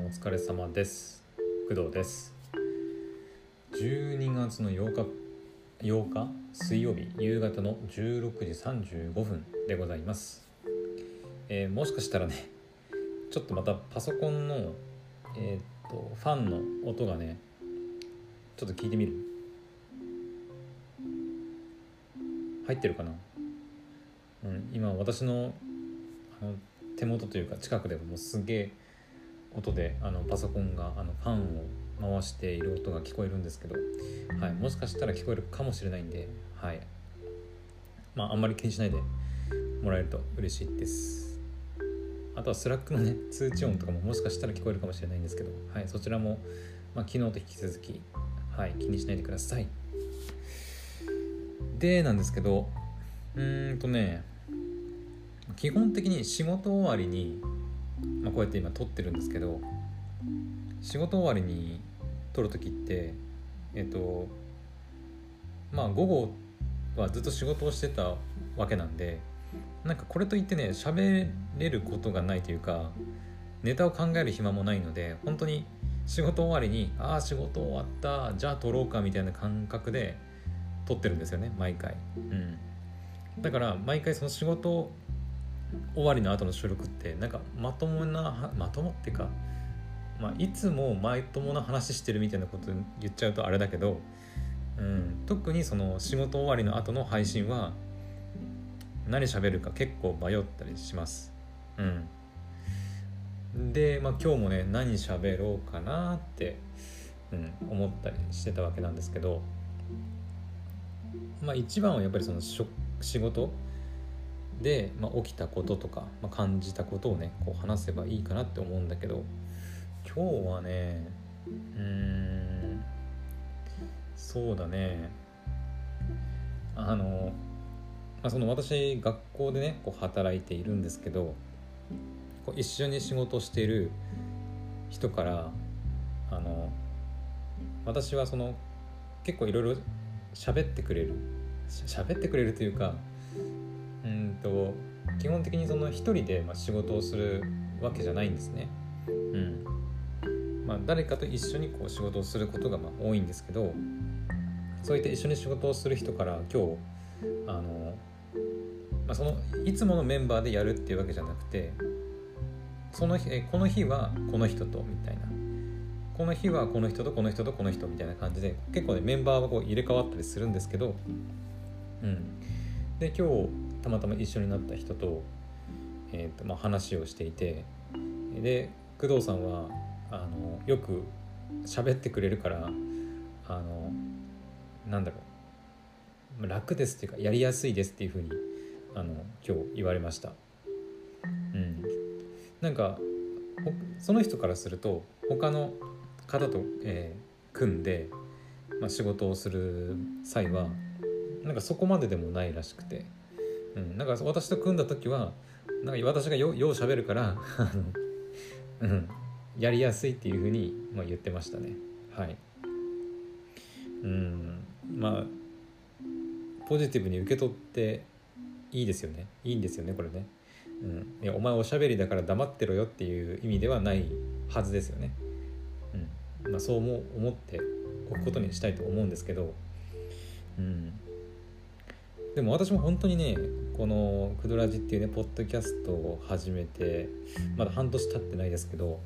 お疲れ様です。工藤です。12月の8日水曜日夕方の16時35分でございます。もしかしたらね、ちょっとまたパソコンの、ファンの音がね、ちょっと聞いてみる。入ってるかな。今私の手元というか近くでもうすげえ音でパソコンがファンを回している音が聞こえるんですけど、はい、もしかしたら聞こえるかもしれないんで、はい、あんまり気にしないでもらえると嬉しいです。あとはスラックのね通知音とかももしかしたら聞こえるかもしれないんですけど、はい、そちらも、昨日と引き続き、はい、気にしないでください。でなんですけど、基本的に仕事終わりに、こうやって今撮ってるんですけど、仕事終わりに撮るときって午後はずっと仕事をしてたわけなんで、なんかこれといってね喋れることがないというか、ネタを考える暇もないので、本当に仕事終わりに仕事終わったじゃあ撮ろうかみたいな感覚で撮ってるんですよね、毎回。だから毎回その仕事終わりの後の収録ってなんかまともっていうか、いつもまともな話してるみたいなこと言っちゃうとあれだけど、特にその仕事終わりの後の配信は何喋るか結構迷ったりします。で、今日もね何喋ろうかなって、思ったりしてたわけなんですけど、一番はやっぱりその仕事で、起きたこととか、感じたことをねこう話せばいいかなって思うんだけど、今日はねそうだねその私学校でねこう働いているんですけど、こう一緒に仕事している人から私はその結構いろいろ喋ってくれるというか、基本的にその一人で仕事をするわけじゃないんですね。誰かと一緒にこう仕事をすることが多いんですけど、そういった一緒に仕事をする人から今日そのいつものメンバーでやるっていうわけじゃなくて、その日この日はこの人とみたいな、この日はこの人とこの人とこの人みたいな感じで結構ねメンバーはこう入れ替わったりするんですけど、で今日たまたま一緒になった人と、話をしていて、で工藤さんはよく喋ってくれるから楽ですっていうかやりやすいですっていう風に今日言われました。なんかその人からすると他の方と、組んで、仕事をする際はなんかそこまででもないらしくて、なんか私と組んだ時はなんか私がよう喋るからやりやすいっていう風に、言ってましたね。はい。ポジティブに受け取っていいんですよねこれね。いやお前おしゃべりだから黙ってろよっていう意味ではないはずですよね。そうも思っておくことにしたいと思うんですけど、でも私も本当にねこのクドラジっていうねポッドキャストを始めてまだ半年経ってないですけど、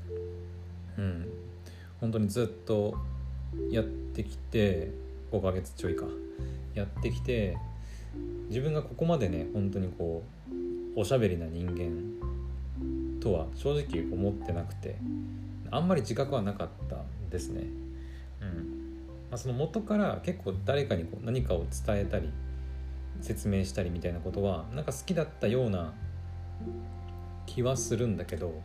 本当にずっとやってきて5ヶ月ちょいかやってきて、自分がここまでね本当にこうおしゃべりな人間とは正直思ってなくて、あんまり自覚はなかったですね。その元から結構誰かにこう何かを伝えたり説明したりみたいなことはなんか好きだったような気はするんだけど、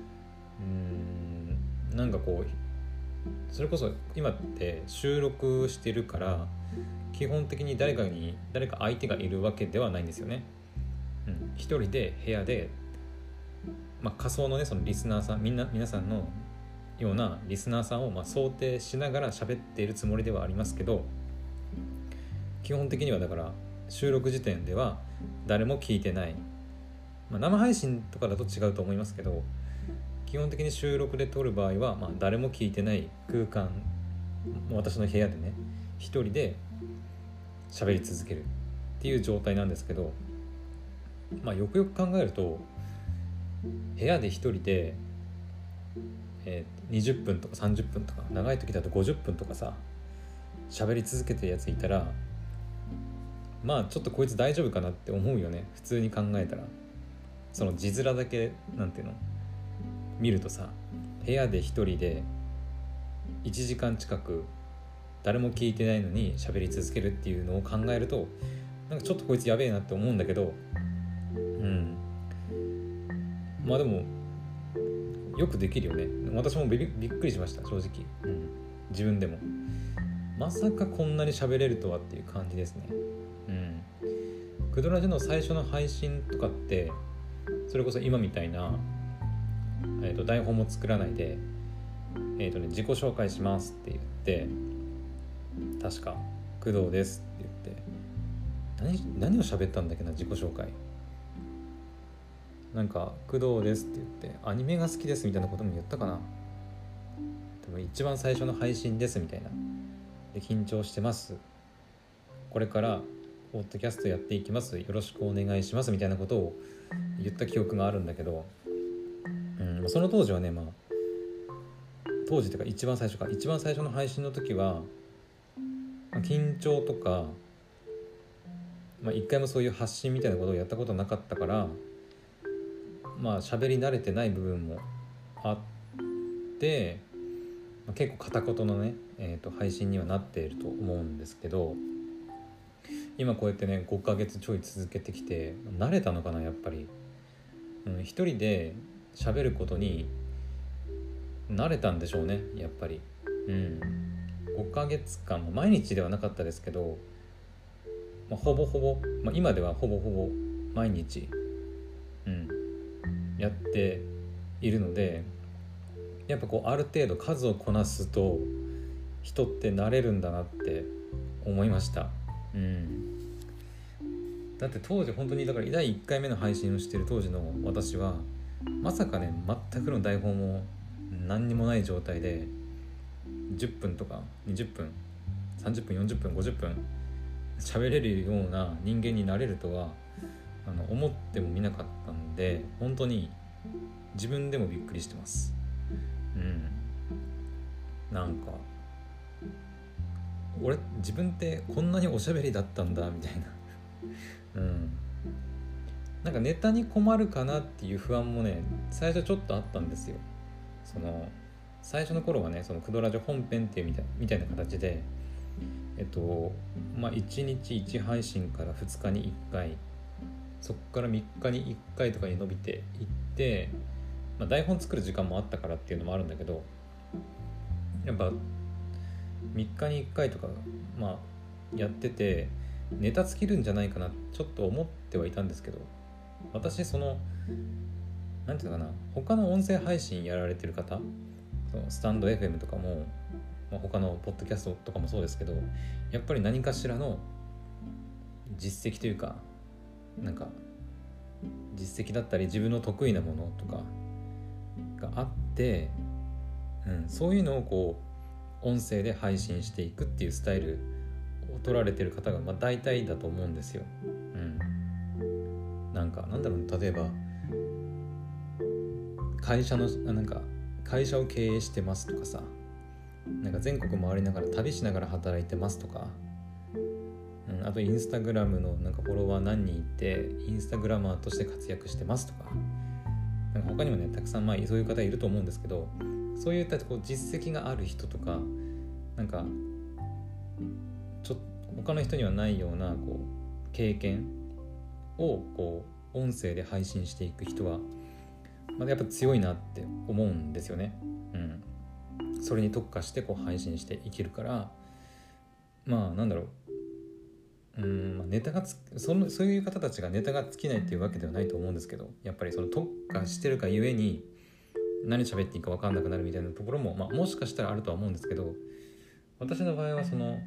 なんかこうそれこそ今って収録してるから基本的に誰か相手がいるわけではないんですよね。一人で部屋で、仮想のねそのリスナーさん皆さんのようなリスナーさんを想定しながら喋っているつもりではありますけど、基本的にはだから収録時点では誰も聞いてない、生配信とかだと違うと思いますけど、 基本的に収録で撮る場合は、誰も聞いてない空間、私の部屋でね一人で喋り続けるっていう状態なんですけど、よくよく考えると部屋で一人で、20分とか30分とか長い時だと50分とかさ喋り続けてるやついたら、ちょっとこいつ大丈夫かなって思うよね。普通に考えたらその字面だけなんていうの見るとさ、部屋で一人で1時間近く誰も聞いてないのに喋り続けるっていうのを考えると、なんかちょっとこいつやべえなって思うんだけど、でもよくできるよね。私もびっくりしました正直、自分でもまさかこんなに喋れるとはっていう感じですね。クドラジの最初の配信とかってそれこそ今みたいな、台本も作らないで、自己紹介しますって言って、確か工藤ですって言って何を喋ったんだっけな。自己紹介なんか工藤ですって言ってアニメが好きですみたいなことも言ったかな。でも一番最初の配信ですみたいなで、緊張してます、これからポッドキャストやっていきます、よろしくお願いしますみたいなことを言った記憶があるんだけど、その当時はね、当時というか一番最初の配信の時は、緊張とか、一回もそういう発信みたいなことをやったことなかったから、喋り慣れてない部分もあって、結構片言のね、配信にはなっていると思うんですけど、今こうやってね5ヶ月ちょい続けてきて慣れたのかなやっぱり、一人で喋ることに慣れたんでしょうねやっぱり。5ヶ月間毎日ではなかったですけど、ほぼほぼ、今ではほぼほぼ毎日、やっているので、やっぱある程度数をこなすと人って慣れるんだなって思いました。だって当時本当に第1回目の配信をしている当時の私はまさかね全くの台本も何にもない状態で10分とか20分30分40分50分喋れるような人間になれるとは思ってもみなかったんで、本当に自分でもびっくりしてます。なんか俺自分ってこんなにおしゃべりだったんだみたいななんかネタに困るかなっていう不安もね最初ちょっとあったんですよ。最初の頃はねそのクドラジオ本編っていうみたいな形で1日1配信から2日に1回、そこから3日に1回とかに伸びていって、台本作る時間もあったからっていうのもあるんだけど、やっぱ3日に1回とかやっててネタ尽きるんじゃないかなちょっと思ってはいたんですけど、私なんていうのかな、他の音声配信やられてる方、スタンド FM とかも、他のポッドキャストとかもそうですけど、やっぱり何かしらの実績というかなんか実績だったり自分の得意なものとかがあって、そういうのを音声で配信していくっていうスタイルを取られてる方が大体だと思うんですよ。なんだろう、例えば会社を経営してますとかさ、全国回りながら旅しながら働いてますとか、あとインスタグラムのフォロワー何人いてインスタグラマーとして活躍してますとか、他にもねたくさんそういう方いると思うんですけど、そういった実績がある人とか他の人にはないような経験を音声で配信していく人はやっぱ強いなって思うんですよね。それに特化して配信していけるから、なんだろう、ネタがそういう方たちがネタが尽きないっていうわけではないと思うんですけど、やっぱりその特化してるがゆえに何喋っていいか分かんなくなるみたいなところも、もしかしたらあるとは思うんですけど、私の場合は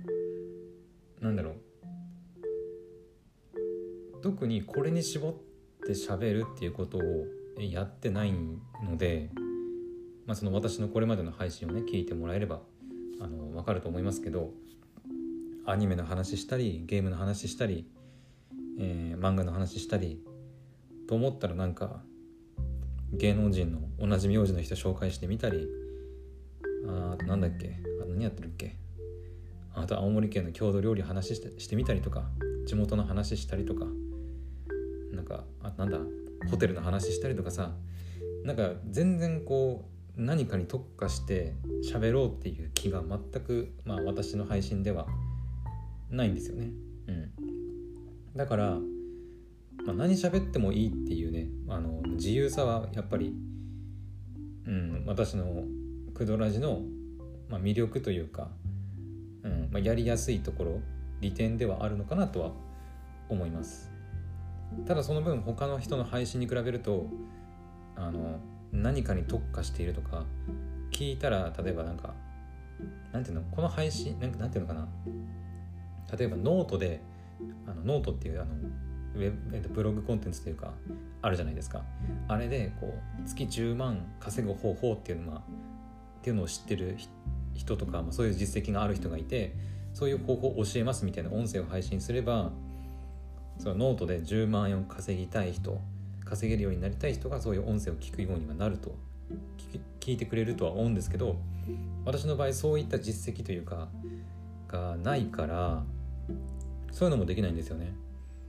特にこれに絞って喋るっていうことをやってないので、 その私のこれまでの配信をね聞いてもらえれば分かると思いますけど、アニメの話したりゲームの話したり、漫画の話したりと思ったら、なんか芸能人の同じ名字の人紹介してみたり、なんだっけ、何やってるっけ、あと青森県の郷土料理話してみたりとか、地元の話したりとか、なんかホテルの話したりとかさ、なんか全然こう何かに特化して喋ろうっていう気が全く、私の配信ではないんですよね。だから、何喋ってもいいっていうね、自由さはやっぱり、私のクドラジの、魅力というか、やりやすいところ、利点ではあるのかなとは思います。ただその分他の人の配信に比べると何かに特化しているとか聞いたら、例えばなんていうの、この配信なんていうのかな、例えばノートでノートっていうブログコンテンツというかあるじゃないですか。あれでこう月10万稼ぐ方法っていうのを知ってる人とか、そういう実績がある人がいて、そういう方法を教えますみたいな音声を配信すれば、そのノートで10万円を稼げるようになりたい人がそういう音声を聞くようにはなると、聞いてくれるとは思うんですけど、私の場合そういった実績というかがないから、そういうのもできないんですよね。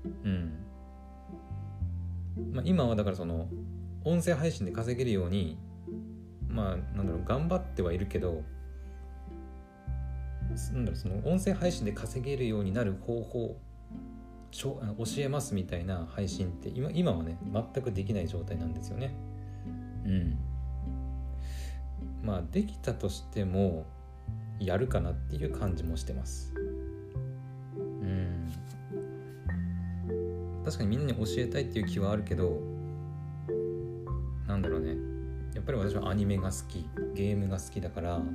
今はだからその音声配信で稼げるように頑張ってはいるけど、その音声配信で稼げるようになる方法教えますみたいな配信って今はね全くできない状態なんですよね。できたとしてもやるかなっていう感じもしてます。確かにみんなに教えたいっていう気はあるけど、やっぱり私はアニメが好き、ゲームが好きだから、や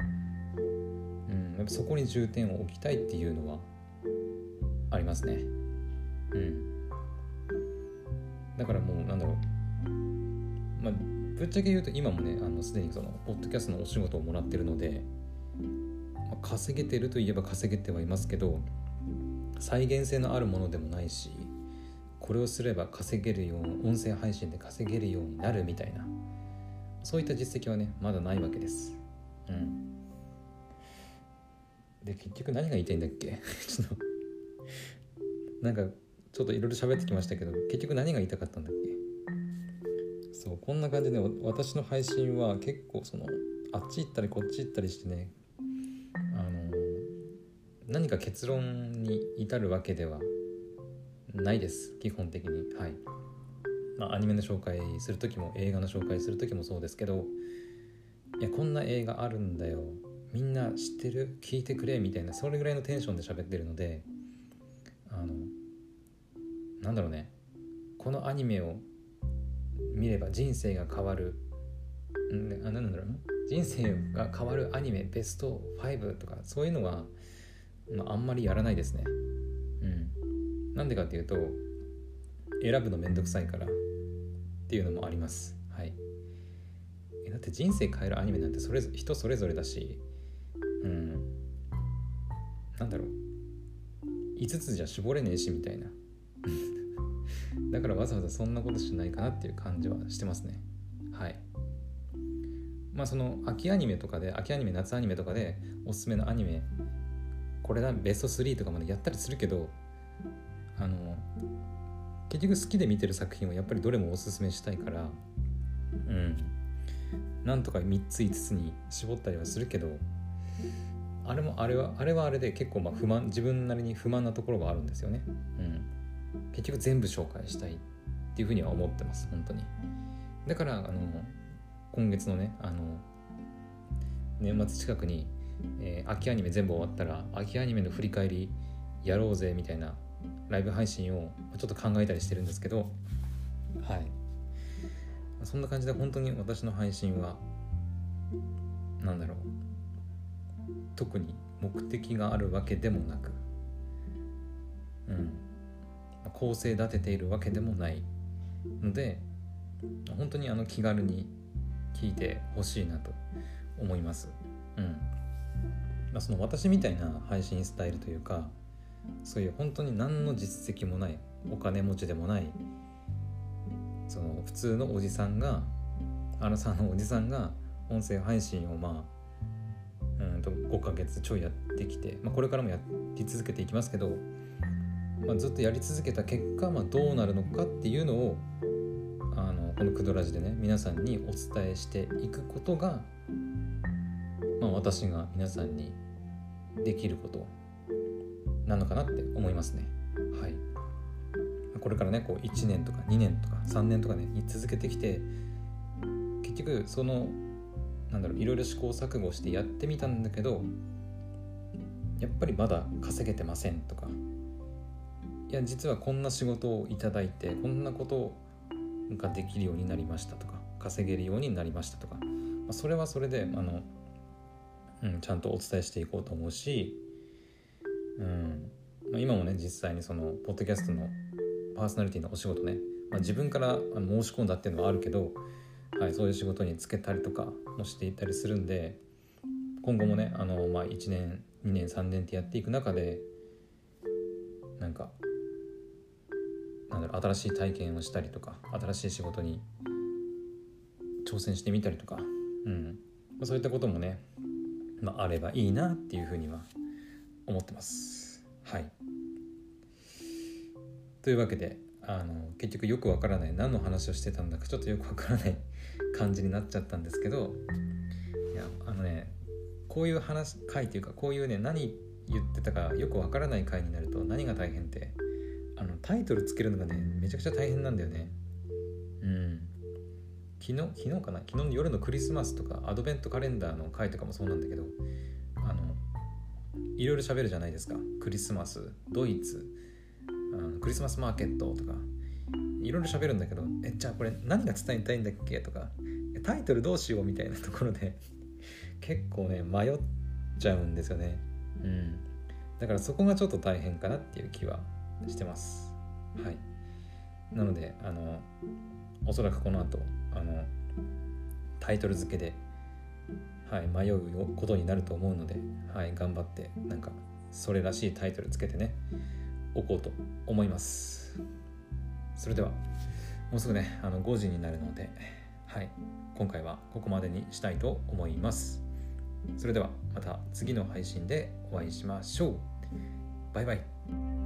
っぱそこに重点を置きたいっていうのはありますね。だからもうぶっちゃけ言うと今もねすでにそのポッドキャストのお仕事をもらってるので、稼げてるといえば稼げてはいますけど、再現性のあるものでもないし、これをすれば稼げるよう、音声配信で稼げるようになるみたいな、そういった実績はねまだないわけです。で結局何が言いたいんだっけちょっといろいろ喋ってきましたけど、結局何が言いたかったんだっけ。そう、こんな感じで私の配信は結構そのあっち行ったりこっち行ったりしてね、何か結論に至るわけではないです、基本的に。アニメの紹介する時も映画の紹介する時もそうですけど、いやこんな映画あるんだよ、みんな知ってる、聞いてくれみたいな、それぐらいのテンションで喋ってるので、このアニメを見れば人生が変わる、人生が変わるアニメベスト5とか、そういうのは、あんまりやらないですね。なんでかっていうと、選ぶのめんどくさいからっていうのもあります。だって人生変えるアニメなんて人それぞれだし、5つじゃ絞れねえしみたいなだからわざわざそんなことしないかなっていう感じはしてますね。その秋アニメ夏アニメとかでおすすめのアニメ、これだベスト3とかまでやったりするけど、結局好きで見てる作品はやっぱりどれもおすすめしたいから、なんとか3つ5つに絞ったりはするけど、あれはあれで結構自分なりに不満なところがあるんですよね。結局全部紹介したいっていうふうには思ってます、本当に。だから今月のね年末近くに、秋アニメ全部終わったら秋アニメの振り返りやろうぜみたいなライブ配信をちょっと考えたりしてるんですけど、そんな感じで本当に私の配信は特に目的があるわけでもなく、構成立てているわけでもないので、本当に気軽に聞いてほしいなと思います。その私みたいな配信スタイルというか、そういう本当に何の実績もない、お金持ちでもない、その普通のおじさんが、アラサーのおじさんが音声配信を5ヶ月ちょいやってきて、これからもやり続けていきますけど、ずっとやり続けた結果、どうなるのかっていうのをこのクドラジでね、皆さんにお伝えしていくことが、私が皆さんにできることなのかなって思いますね。はい。これからね、こう1年とか2年とか3年とかね続けてきて、結局そのいろいろ試行錯誤してやってみたんだけど、やっぱりまだ稼げてませんとか、いや実はこんな仕事をいただいてこんなことができるようになりましたとか、稼げるようになりましたとか、それはそれでちゃんとお伝えしていこうと思うし、今もね実際にそのポッドキャストのパーソナリティのお仕事ね、自分から申し込んだっていうのはあるけど、そういう仕事に就けたりとかもしていたりするんで、今後もね1年2年3年ってやっていく中で、新しい体験をしたりとか、新しい仕事に挑戦してみたりとか、そういったこともね、あればいいなっていうふうには思ってます。はい。というわけで結局よくわからない、何の話をしてたんだかちょっとよくわからない感じになっちゃったんですけど、いやこういう回というか、こういうね何言ってたかよくわからない回になると何が大変って、タイトルつけるのがねめちゃくちゃ大変なんだよね。昨日の夜のクリスマスとかアドベントカレンダーの回とかもそうなんだけど、いろいろ喋るじゃないですか。クリスマス、ドイツ、クリスマスマーケットとかいろいろ喋るんだけど、じゃあこれ何が伝えたいんだっけとか、タイトルどうしようみたいなところで結構ね迷っちゃうんですよね。だからそこがちょっと大変かなっていう気はしてます。はい。なのでおそらくこの後タイトル付けで、迷うことになると思うので、頑張ってそれらしいタイトル付けてねおこうと思います。それではもうすぐね5時になるので、今回はここまでにしたいと思います。それではまた次の配信でお会いしましょう。バイバイ。